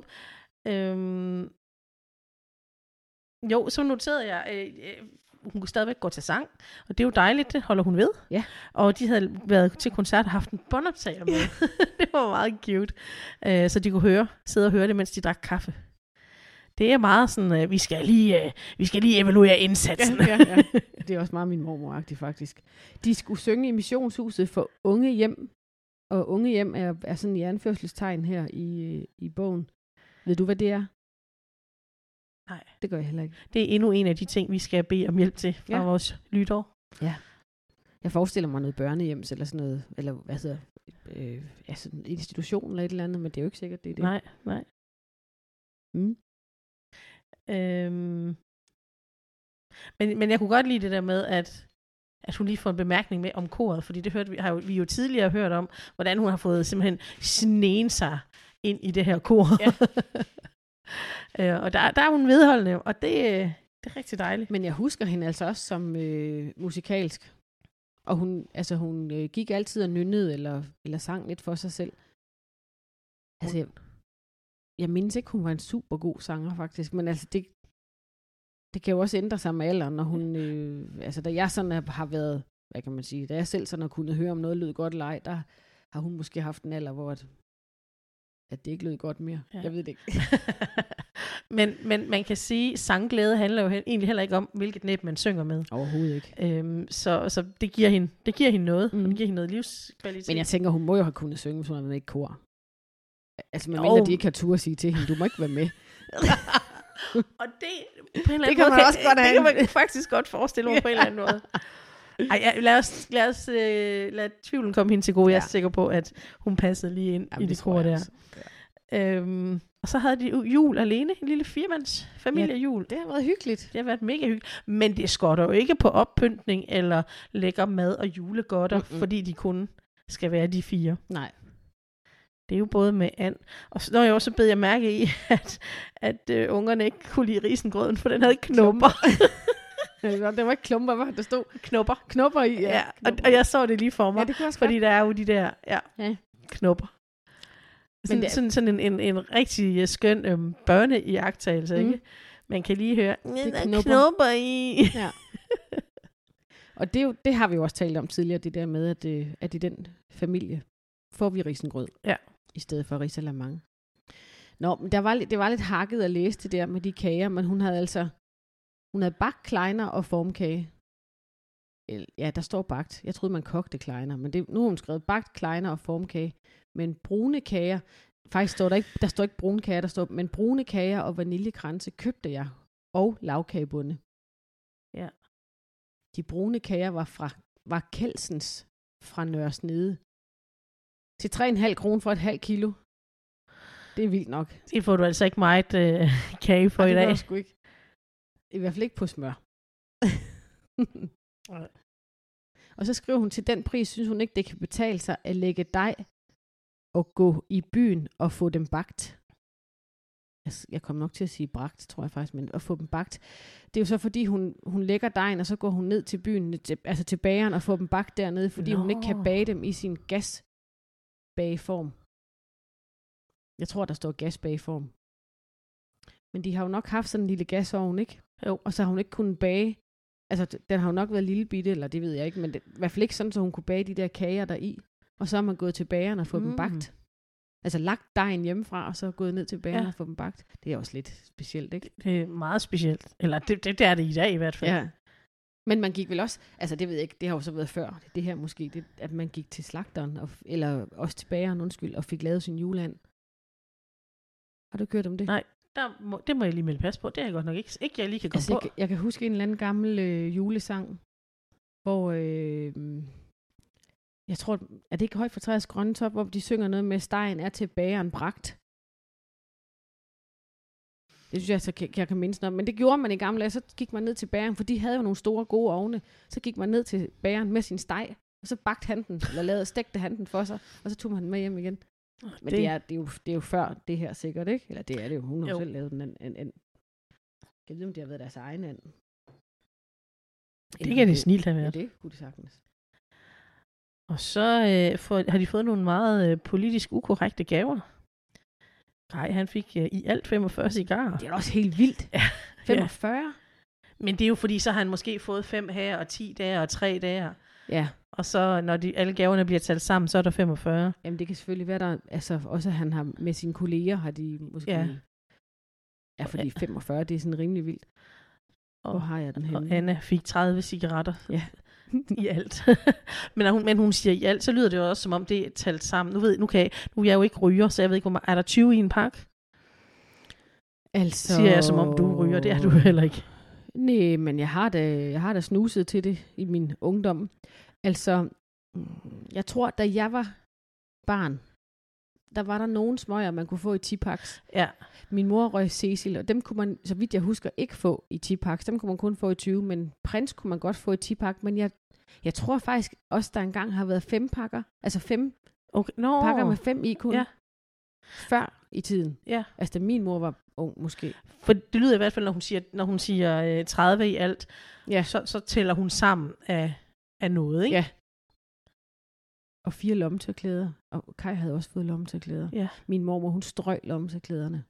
Jo, så noterede jeg, hun kunne stadigvæk gå til sang, og det er jo dejligt, det holder hun ved. Ja. Og de havde været til koncert og haft en båndoptager med. Det var meget cute. Så de kunne sidde og høre det, mens de drak kaffe. Det er meget sådan, vi skal lige evaluere indsatsen. Ja. Det er også meget min mormor-agtigt, faktisk. De skulle synge i missionshuset for unge hjem, og unge hjem er sådan i anførselstegn her i bogen. Ved du, hvad det er? Nej. Det gør jeg heller ikke. Det er endnu en af de ting, vi skal bede om hjælp til fra vores lyttere. Ja. Jeg forestiller mig noget børnehjems eller sådan noget, eller hvad hedder sådan en institution eller et eller andet, men det er jo ikke sikkert, det er det. Nej. Men jeg kunne godt lide det der med, at hun lige får en bemærkning med om koret, fordi det har vi jo tidligere hørt om, hvordan hun har fået simpelthen sneen sig ind i det her kor. Ja. Og der er hun vedholdende, og det er rigtig dejligt. Men jeg husker hende altså også som musikalsk. Og hun gik altid og nynnede, eller sang lidt for sig selv. Altså, jeg mindes ikke, hun var en super god sanger, faktisk. Men altså, det kan jo også ændre sig med alderen, når hun... da jeg sådan har været... Hvad kan man sige? Da jeg selv sådan har kunnet høre, om noget lød godt eller ej, der har hun måske haft en alder, hvor at det ikke lød godt mere. Ja. Jeg ved det ikke. men man kan sige, at sangglæde handler jo egentlig heller ikke om, hvilket næb man synger med. Overhovedet ikke. Så det giver hende noget. Det giver hende noget livskvalitet. Men jeg tænker, hun må jo have kunnet synge, hvis hun har været i kor. Altså, medmindre de ikke har tur at sige til hende, du må ikke være med. Og det på en eller anden måde, det kan man faktisk godt forestille mig på en eller anden måde. Ej, lad tvivlen komme hende til gode. Jeg er sikker på, at hun passede lige ind i det kor der. Ja. Og så havde de jul alene, en lille firmandsfamiliejul. Det har været hyggeligt. Det har været mega hyggeligt. Men det skorter jo ikke på oppyntning eller lækker mad og julegodter, fordi de kun skal være de 4. Nej. Det er jo både med and. Og så, jeg også bed jeg mærke i, at ungerne ikke kunne lide risengrøden, for den havde knopper. Det var ikke klumper, hvad der stod? Knopper i, ja. Knopper. Og jeg så det lige for mig, fordi der er jo de der knopper. Sådan en rigtig skøn børneiagttagelse, ikke? Man kan lige høre, der er knopper i. Ja. Og det har vi jo også talt om tidligere, det der med, at i den familie får vi risengrød, i stedet for risalamande. Nå, men det var lidt hakket at læse det der med de kager, men hun havde bagt kleiner og formkage. Ja, der står bagt. Jeg troede, man kogte kleiner, men nu har hun skrevet bagt kleiner og formkage. Men brune kager, faktisk der står ikke brune kager, men brune kager og vaniljekranse købte jeg, og lavkagebunde. Ja. De brune kager var Kelsens fra Nørresnede. Til 3,5 kroner for et halvt kilo. Det er vildt nok. Det får du altså ikke meget kage for i dag. Det sgu ikke. I hvert fald ikke på smør. Og så skriver hun, til den pris, synes hun ikke, det kan betale sig at lægge dej og gå i byen og få dem bagt. Jeg kommer nok til at sige bragt, tror jeg faktisk, men at få dem bagt. Det er jo så, fordi hun lægger dejen, og så går hun ned til byen, altså til bageren, og får dem bagt dernede, fordi hun ikke kan bage dem i sin gasbageform. Jeg tror, der står gasbageform. Men de har jo nok haft sådan en lille gasovn, ikke? Jo. Og så har hun ikke kunnet bage. Altså, den har jo nok været lille bitte, eller det ved jeg ikke, men i hvert fald ikke sådan, så hun kunne bage de der kager deri. Og så har man gået til bageren og fået dem bagt. Altså lagt dejen hjemmefra, og så gået ned til bageren og fået dem bagt. Det er også lidt specielt, ikke? Det er meget specielt. Eller det er det i dag i hvert fald. Ja. Men man gik vel også, altså det ved jeg ikke, det har jo så været før, det her måske, at man gik til slagteren, eller også til bageren, og fik lavet sin juleand. Har du kørt om det? Nej. Det må jeg lige melde pas på. Det er jeg godt nok ikke jeg lige kan komme på. Jeg kan huske en eller anden gammel julesang, hvor jeg tror, er det ikke Højt for træets grønne top, hvor de synger noget med, stegen er til bageren bragt. Det synes jeg, så jeg kan mindst noget. Men det gjorde man i gamle dage. Så gik man ned til bageren, for de havde jo nogle store, gode ovne. Så gik man ned til bageren med sin steg, og så bagte han den, eller stegte han den for sig, og så tog man den med hjem igen. Men det er jo før det her sikkert, ikke? Eller det er det jo. Hun har selv lavet den and. Jeg ved, om de har været deres egen and. Det kan det snilt have været. Ja, det kunne det sagtens. Og så har de fået nogle meget politisk ukorrekte gaver. Nej, han fik i alt 45 cigarer. Det er også helt vildt. 45? Ja. Men det er jo fordi, så har han måske fået 5 her, og 10 dage, og 3 dage. Ja. Og så, når alle gaverne bliver talt sammen, så er der 45. Jamen, det kan selvfølgelig være, der altså også han har med sine kolleger, har de måske... Ja, fordi 45, det er sådan rimelig vildt. Hvor har jeg den henne? Og Anna fik 30 cigaretter i alt. men hun siger i alt, så lyder det jo også, som om det er talt sammen. Nu er jeg jo ikke ryger, så jeg ved ikke, hvor meget. Er der 20 i en pakke? Altså... Siger jeg, som om du ryger. Det er du heller ikke. Nej, men jeg har da snuset til det i min ungdom. Altså, jeg tror, da jeg var barn, der var der nogle smøger, man kunne få i 10-paks. Ja. Min mor røg Cecil, og dem kunne man, så vidt jeg husker, ikke få i 10-paks. Dem kunne man kun få i 20, men Prins kunne man godt få i 10-pak. Men jeg tror faktisk også, der engang har været 5 pakker. Altså 5 pakker med 5 i kun. Ja. Før i tiden. Ja. Altså, da min mor var ung, måske. For det lyder i hvert fald, når hun siger 30 i alt, Ja. så tæller hun sammen af noget, ikke? Ja. Og 4 lommetørklæder. Og Kai havde også fået lommetørklæder. Ja. Min mormor, hun strøg lommetørklæderne.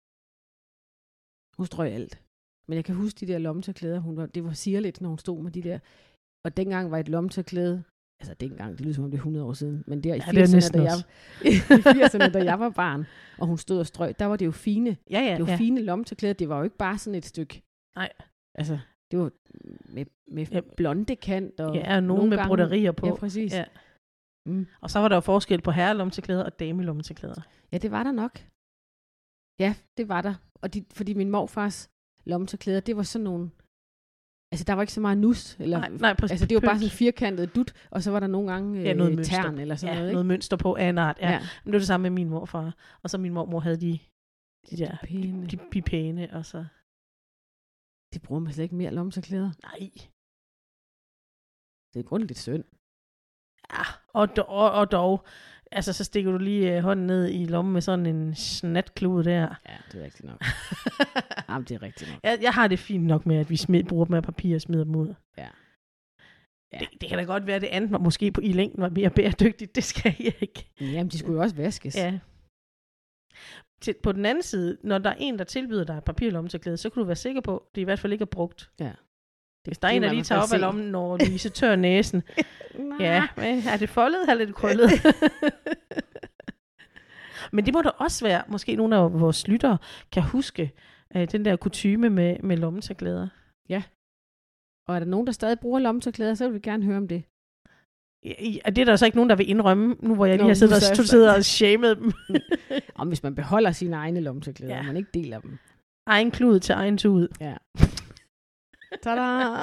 Hun strøg alt. Men jeg kan huske de der lommetørklæder. Det var sirligt, når hun stod med de der. Og dengang var et lommetørklæde, altså dengang, det lyder som om det er 100 år siden, men der i 80'erne, da jeg var barn, og hun stod og strøg, der var det jo fine. Ja, det var fine lommetørklæder. Det var jo ikke bare sådan et stykke. Nej. Altså, det var med blonde kant. Og nogen med broderier på. Ja, præcis. Ja. Og så var der jo forskel på herrelommetørklæder og damelommetørklæder. Ja, det var der nok. Ja, det var der. Og fordi min morfars lommetørklæder, det var sådan nogle... Altså, der var ikke så meget nus. Eller, nej, altså, det var bare sådan firkantet dut, og så var der nogle gange noget tern eller sådan noget. Noget mønster på af en art. Ja. Men det var det samme med min morfar. Og så min mormor havde de der pæne, og så... Det bruger man slet ikke mere lommetørklæder. Nej. Det er grundigt synd. Ja, og dog. Altså, så stikker du lige hånden ned i lommen med sådan en snatklude der. Ja, det er rigtigt nok. Jamen, det er rigtigt nok. Jeg har det fint nok med, at vi bruger dem af papir og smider dem ud. Ja. Det kan da godt være, at det andet måske i længden var mere bæredygtigt. Det skal jeg ikke. Jamen, de skulle jo også vaskes. Ja. På den anden side, når der er en, der tilbyder dig et papirlommetørklæde, så kan du være sikker på, at det i hvert fald ikke er brugt. Ja. Hvis der er en, der lige tager op af lommen, når Louise tør næsen. Ja, men er det foldet eller er det krøllet? Men det må da også være, måske nogle af vores lyttere kan huske, den der kutyme med lommetørklæder. Ja. Og er der nogen, der stadig bruger lommetørklæder, så vil vi gerne høre om det. Ja, det er der så ikke nogen, der vil indrømme, nu hvor jeg lige har siddet og shamed dem. Om hvis man beholder sine egne lommetørklæder, og man ikke deler dem. Egen klud til egen tud. Ja. Tada!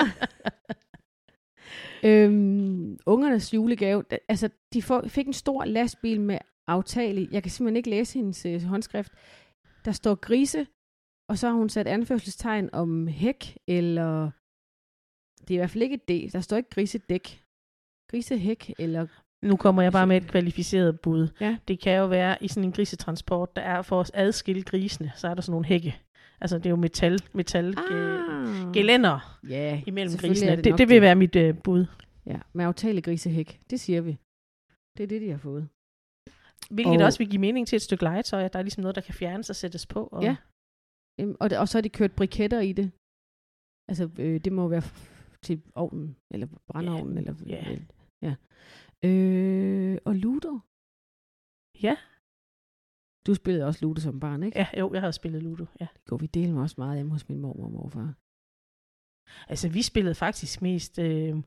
Ungernes julegave, altså de fik en stor lastbil med aftale. Jeg kan simpelthen ikke læse hendes håndskrift. Der står grise, og så har hun sat anførselstegn om hæk, eller det er i hvert fald ikke et D. Der står ikke grisedæk. Grisehæk, eller... Nu kommer jeg bare med et kvalificeret bud. Ja. Det kan jo være i sådan en grisetransport, der er for at adskille grisene, så er der sådan nogle hække. Altså, det er jo gelænder imellem grisene. Det vil være mit bud. Ja, med aftale grisehæk. Det siger vi. Det er det, de har fået. Hvilket også vil give mening til et stykke legetøj, at der er ligesom noget, der kan fjernes og sættes på. Og... Ja. Og så har de kørt briketter i det. Altså, det må være til ovnen, eller brændeovnen, eller... Ja. Og Ludo. Ja. Du spillede også Ludo som barn, ikke? Ja, jo, jeg havde spillet Ludo, ja. Det går vi dele med også meget hjemme hos min mormor og morfar. Altså, vi spillede faktisk mest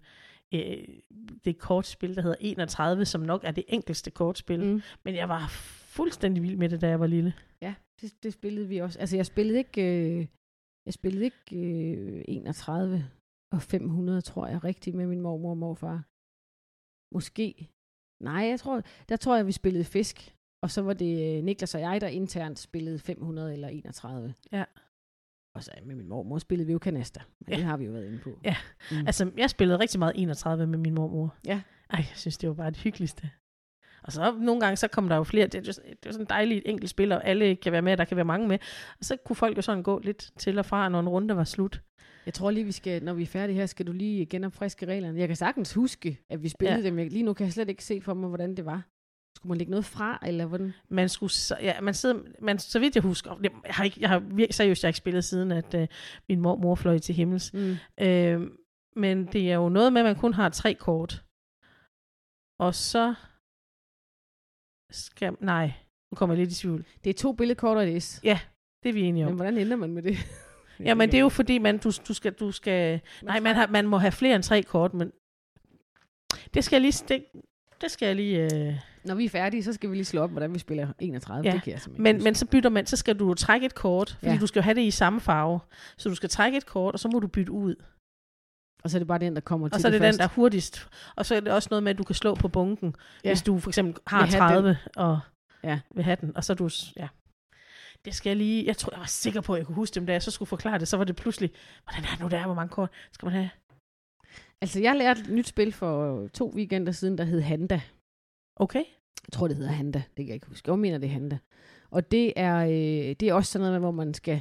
det kortspil, der hedder 31, som nok er det enkelste kortspil. Men jeg var fuldstændig vild med det, da jeg var lille. Ja, det spillede vi også. Altså, jeg spillede ikke 31 og 500, tror jeg, rigtigt med min mormor og morfar. Måske. Nej, der tror jeg, vi spillede fisk. Og så var det Niklas og jeg, der internt spillede 500 eller 31. Ja. Og så med min mormor spillede vi jo kanaster. Men det har vi jo været inde på. Ja, altså jeg spillede rigtig meget 31 med min mormor. Ja. Ej, jeg synes, det var bare det hyggeligste. Og så nogle gange, så kom der jo flere. Det er sådan et dejligt enkelt spil, og alle kan være med, der kan være mange med. Og så kunne folk jo sådan gå lidt til og fra, når en runde var slut. Jeg tror lige, når vi er færdige her, skal du lige genopfriske reglerne. Jeg kan sagtens huske, at vi spillede dem. Lige nu kan jeg slet ikke se for mig, hvordan det var. Skulle man lægge noget fra, eller hvordan? Så vidt jeg husker, jeg har seriøst ikke spillet siden, at min mormor fløj til himmels. Men det er jo noget med, at man kun har 3 kort. Og så nu kommer jeg lidt i tvivl. Det er 2 billedkort og et S. Ja, det er vi enige om. Men hvordan ender man med det? Jamen, det er jo fordi, du skal man må have flere end 3 kort, men det skal jeg lige... Når vi er færdige, så skal vi lige slå op, hvordan vi spiller 31. Ja. Det kan jeg simpelthen men så bytter man, så skal du trække et kort, fordi du skal jo have det i samme farve. Så du skal trække et kort, og så må du bytte ud. Og så er det bare den, der kommer til og så er det den, der er hurtigst. Og så er det også noget med, at du kan slå på bunken, hvis du for eksempel har 30 og vil have den. Og så du... Ja. Det skal jeg lige... Jeg tror, jeg var sikker på, at jeg kunne huske dem, da jeg så skulle forklare det. Så var det pludselig... Hvordan er det nu, der er? Hvor mange kort skal man have? Altså, jeg lærte et nyt spil for 2 weekender siden, der hed Handa. Okay. Jeg tror, det hedder Handa. Det kan jeg ikke huske. Jeg mener, det er Handa. Og det er også sådan noget, hvor man skal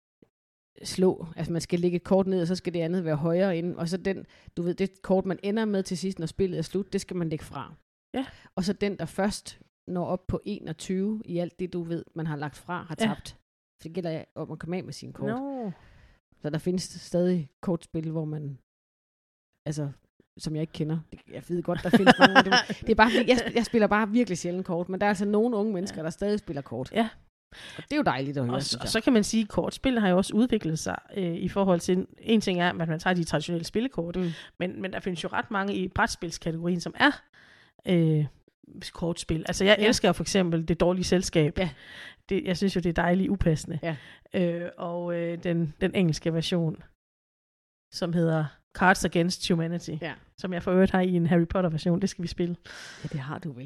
slå. Altså man skal lægge et kort ned, og så skal det andet være højere ind. Og så den, du ved, det kort, man ender med til sidst, når spillet er slut, det skal man lægge fra. Ja. Og så den, der først når op på 21 i alt det, du ved, man har lagt fra, har tabt. Så det gælder om at komme af med sine kort. No. Så der findes stadig kortspil, hvor man, altså, som jeg ikke kender. Jeg ved godt, der findes mange af dem. Det er bare, jeg spiller bare virkelig sjældent kort, men der er altså nogle unge mennesker, der stadig spiller kort. Ja. Og det er jo dejligt at høre. Og så kan man sige, at kortspil har jo også udviklet sig i forhold til, en ting er, at man tager de traditionelle spillekort, men der findes jo ret mange i brætspilskategorien, som er kortspil. Altså jeg elsker for eksempel Det Dårlige Selskab. Ja. Jeg synes jo, det er dejligt upassende. Ja. Og den engelske version, som hedder Cards Against Humanity, som jeg for øvrigt har i en Harry Potter-version, det skal vi spille. Ja, det har du vel.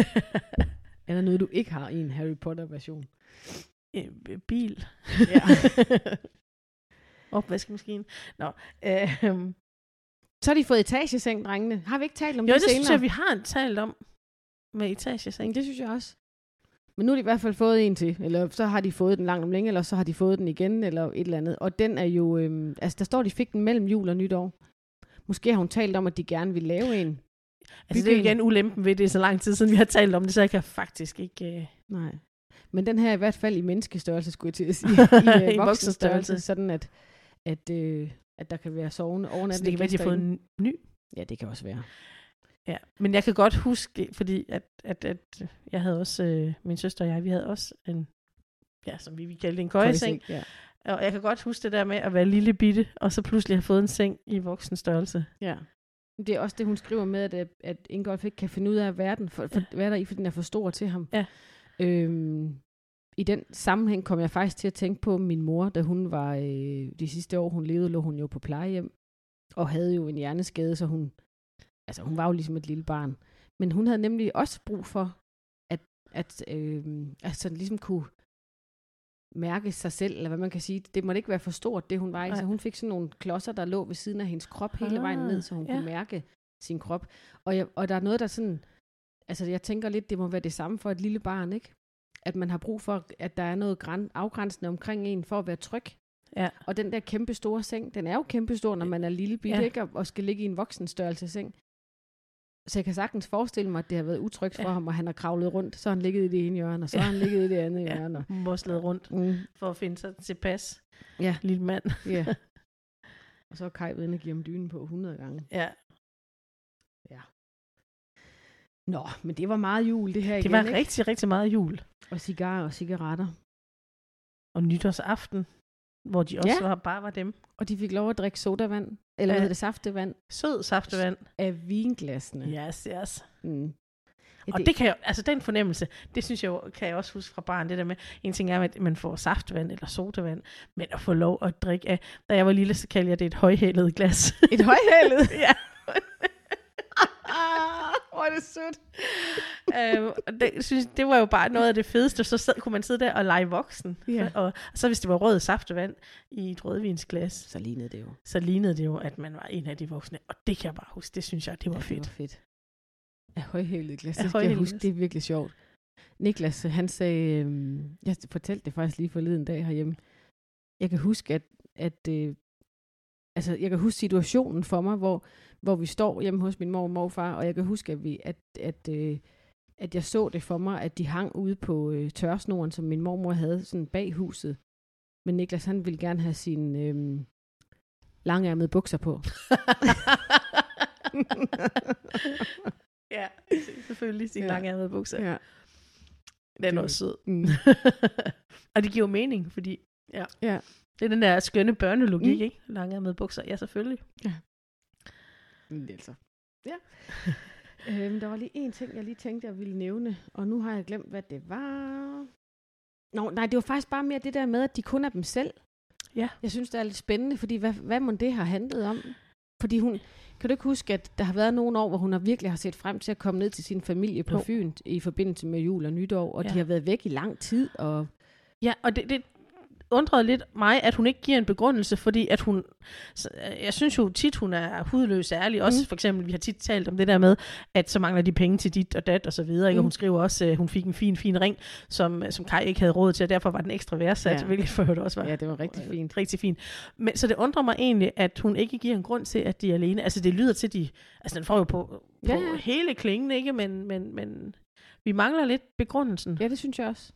Er der noget, du ikke har i en Harry Potter-version? Bil. Ja. Opvaskemaskine. Nå. Så har de fået etageseng, drengene. Har vi ikke talt om det senere? Jo, det synes jeg, vi har talt om med etageseng. Det synes jeg også. Men nu har de i hvert fald fået en til. Eller så har de fået den langt om længe, eller så har de fået den igen, eller et eller andet. Og den er jo... altså, der står, de fik den mellem jul og nytår. Måske har hun talt om, at de gerne vil lave en. Altså, det er jo igen ulempen ved det, så lang tid siden vi har talt om det, så jeg kan faktisk ikke... Nej. Men den her er i hvert fald i menneskestørrelse, skulle jeg til at sige. I voksenstørrelse, sådan at der kan være sovende overnatning. Så det kan være, at de har fået en ny? Ja, det kan også være. Ja, men jeg kan godt huske, fordi at jeg havde også, min søster og jeg, vi havde også en, som vi kaldte en køjeseng. Ja. Og jeg kan godt huske det der med at være lille bitte, og så pludselig have fået en seng i voksenstørrelse. Ja. Det er også det, hun skriver med, at Ingolf ikke kan finde ud af verden, for hvad der i, for den er for stor til ham. Ja. I den sammenhæng kom jeg faktisk til at tænke på min mor, da hun var, de sidste år hun levede, lå hun jo på plejehjem, og havde jo en hjerneskade, så hun var jo ligesom et lille barn. Men hun havde nemlig også brug for, at ligesom kunne mærke sig selv, eller hvad man kan sige. Det måtte ikke være for stort, det hun var i. Så hun fik sådan nogle klodser, der lå ved siden af hendes krop hele vejen ned, så hun kunne mærke sin krop. Og der er noget, der sådan... Altså, jeg tænker lidt, det må være det samme for et lille barn, ikke? At man har brug for, at der er noget afgrænsende omkring en, for at være tryg. Ja. Og den der kæmpe store seng, den er jo kæmpe stor, når man er lille bitte, ikke? Og skal ligge i en voksenstørrelse seng. Så jeg kan sagtens forestille mig, at det har været utrygt for ham, og han har kravlet rundt, så har han ligget i det ene hjørne, og så har han ligget i det andet hjørne. Moslet rundt for at finde sig tilpas. Ja. Lille mand. Ja. Og så er Kai ved at give ham dynen på 100 gange. Ja. Nå, men det var meget jul, det her igen, det var ikke? rigtig, rigtig meget jul. Og cigarer og cigaretter. Og nytårsaften, hvor de også bare var dem. Og de fik lov at drikke sodavand. Eller hvad hedder det? Saftevand. Sød saftevand. Af vinglassene. Yes. Mm. Ja, og det kan jeg, altså den fornemmelse, det synes jeg kan jeg også huske fra barn, det der med, en ting er, at man får saftevand eller sodavand, men at få lov at drikke af, da jeg var lille, så kaldte jeg det et højhælet glas. Et højhælet? Ja. Hvor er det sødt. Det var jo bare noget af det fedeste. Så kunne man sidde der og lege voksen. Ja. Og så hvis det var rød saftevand i et rødvinsglas, så lignede det jo, at man var en af de voksne. Og det kan jeg bare huske. Det synes jeg, det var fedt. Det var fedt. Af højhælet glas. Det skal jeg huske. Det er virkelig sjovt. Niklas, han sagde, jeg fortalte det faktisk lige forleden dag herhjemme. Jeg kan huske, jeg kan huske situationen for mig, hvor vi står hjemme hos min mor og morfar, og jeg kan huske, at jeg så det for mig, at de hang ude på tørsnoren, som min mormor havde sådan bag huset. Men Niklas, han ville gerne have sine langærmede bukser på. Ja, selvfølgelig sine langærmede bukser. Ja. Den er også sød. Og det giver mening, fordi det er den der skønne børnelogik, ikke? Langærmede bukser, ja selvfølgelig. Ja. Altså. Ja. Der var lige en ting, jeg lige tænkte, jeg ville nævne, og nu har jeg glemt, hvad det var. Nej, det var faktisk bare mere det der med, at de kun er dem selv. Ja. Jeg synes, det er lidt spændende, fordi hvad må det har handlet om? Fordi kan du ikke huske, at der har været nogle år, hvor hun virkelig har set frem til at komme ned til sin familie på Fyn i forbindelse med jul og nytår, og de har været væk i lang tid. Og ja, og det undrede lidt mig, at hun ikke giver en begrundelse, fordi at hun, jeg synes jo tit, hun er hudløs ærlig. Også for eksempel, vi har tit talt om det der med, at så mangler de penge til dit og dat og så videre. Ikke? Og hun skriver også, at hun fik en fin ring, som Kai ikke havde råd til, og derfor var den ekstra værdsat, hvilket for det også var. Ja, det var rigtig fint. Rigtig fint. Men, så det undrer mig egentlig, at hun ikke giver en grund til, at de er alene. Altså det lyder til, den får jo på hele klingen, ikke? Men vi mangler lidt begrundelsen. Ja, det synes jeg også.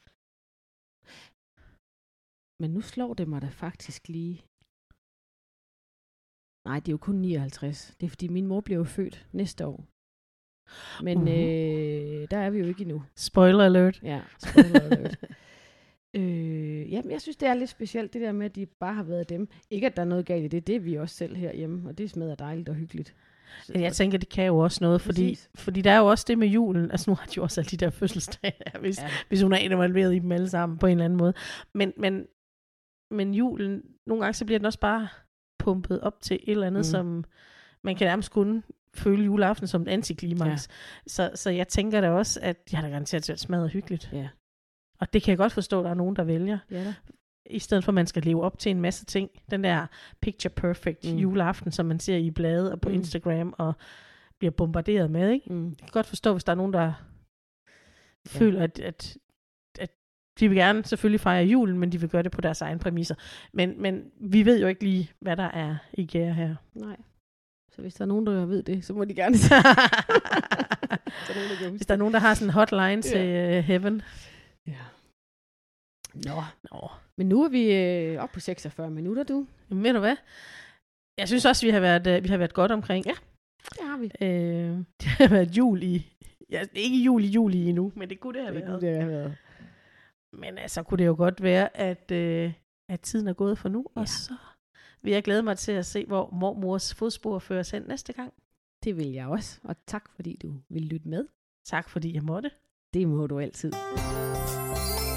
Men nu slår det mig da faktisk lige. Nej, det er jo kun 59. Det er fordi min mor bliver jo født næste år. Men der er vi jo ikke endnu. Spoiler alert. Ja, spoiler alert. Jamen, jeg synes, det er lidt specielt, det der med, at de bare har været dem. Ikke, at der er noget galt i det. Det er vi også selv herhjemme, og det smager dejligt og hyggeligt. Jeg tænker, det kan jo også noget, fordi der er jo også det med julen. Altså nu har de jo også alle de der fødselsdage, hvis hun er involveret i dem alle sammen på en eller anden måde. Men julen, nogle gange så bliver den også bare pumpet op til et eller andet, som man kan nærmest kun føle juleaften som en antiklimaks. Ja. Så jeg tænker da også, at de har da garanteret til at smadre hyggeligt. Ja. Og det kan jeg godt forstå, at der er nogen, der vælger. Ja. I stedet for, at man skal leve op til en masse ting. Den der picture perfect juleaften, som man ser i blade og på Instagram, og bliver bombarderet med. Ikke? Jeg kan godt forstå, hvis der er nogen, der føler, at de vil gerne selvfølgelig fejre julen, men de vil gøre det på deres egne præmisser. Men vi ved jo ikke lige, hvad der er i gære her. Nej. Så hvis der er nogen, der ved det, så må de gerne hvis der er nogen, der har sådan en hotline til Heaven. Ja. Nå. Men nu er vi oppe på 46 minutter, du. Jamen, ved du hvad? Jeg synes også, vi har været godt omkring. Ja, det har vi. Det har været jul i... Ja, ikke juli endnu, men det kunne det have været. Det have været. Men altså, kunne det jo godt være, at tiden er gået for nu. Ja. Og så vil jeg glæde mig til at se, hvor mormors fodspor føres hen næste gang. Det vil jeg også. Og tak, fordi du vil lytte med. Tak, fordi jeg måtte. Det må du altid.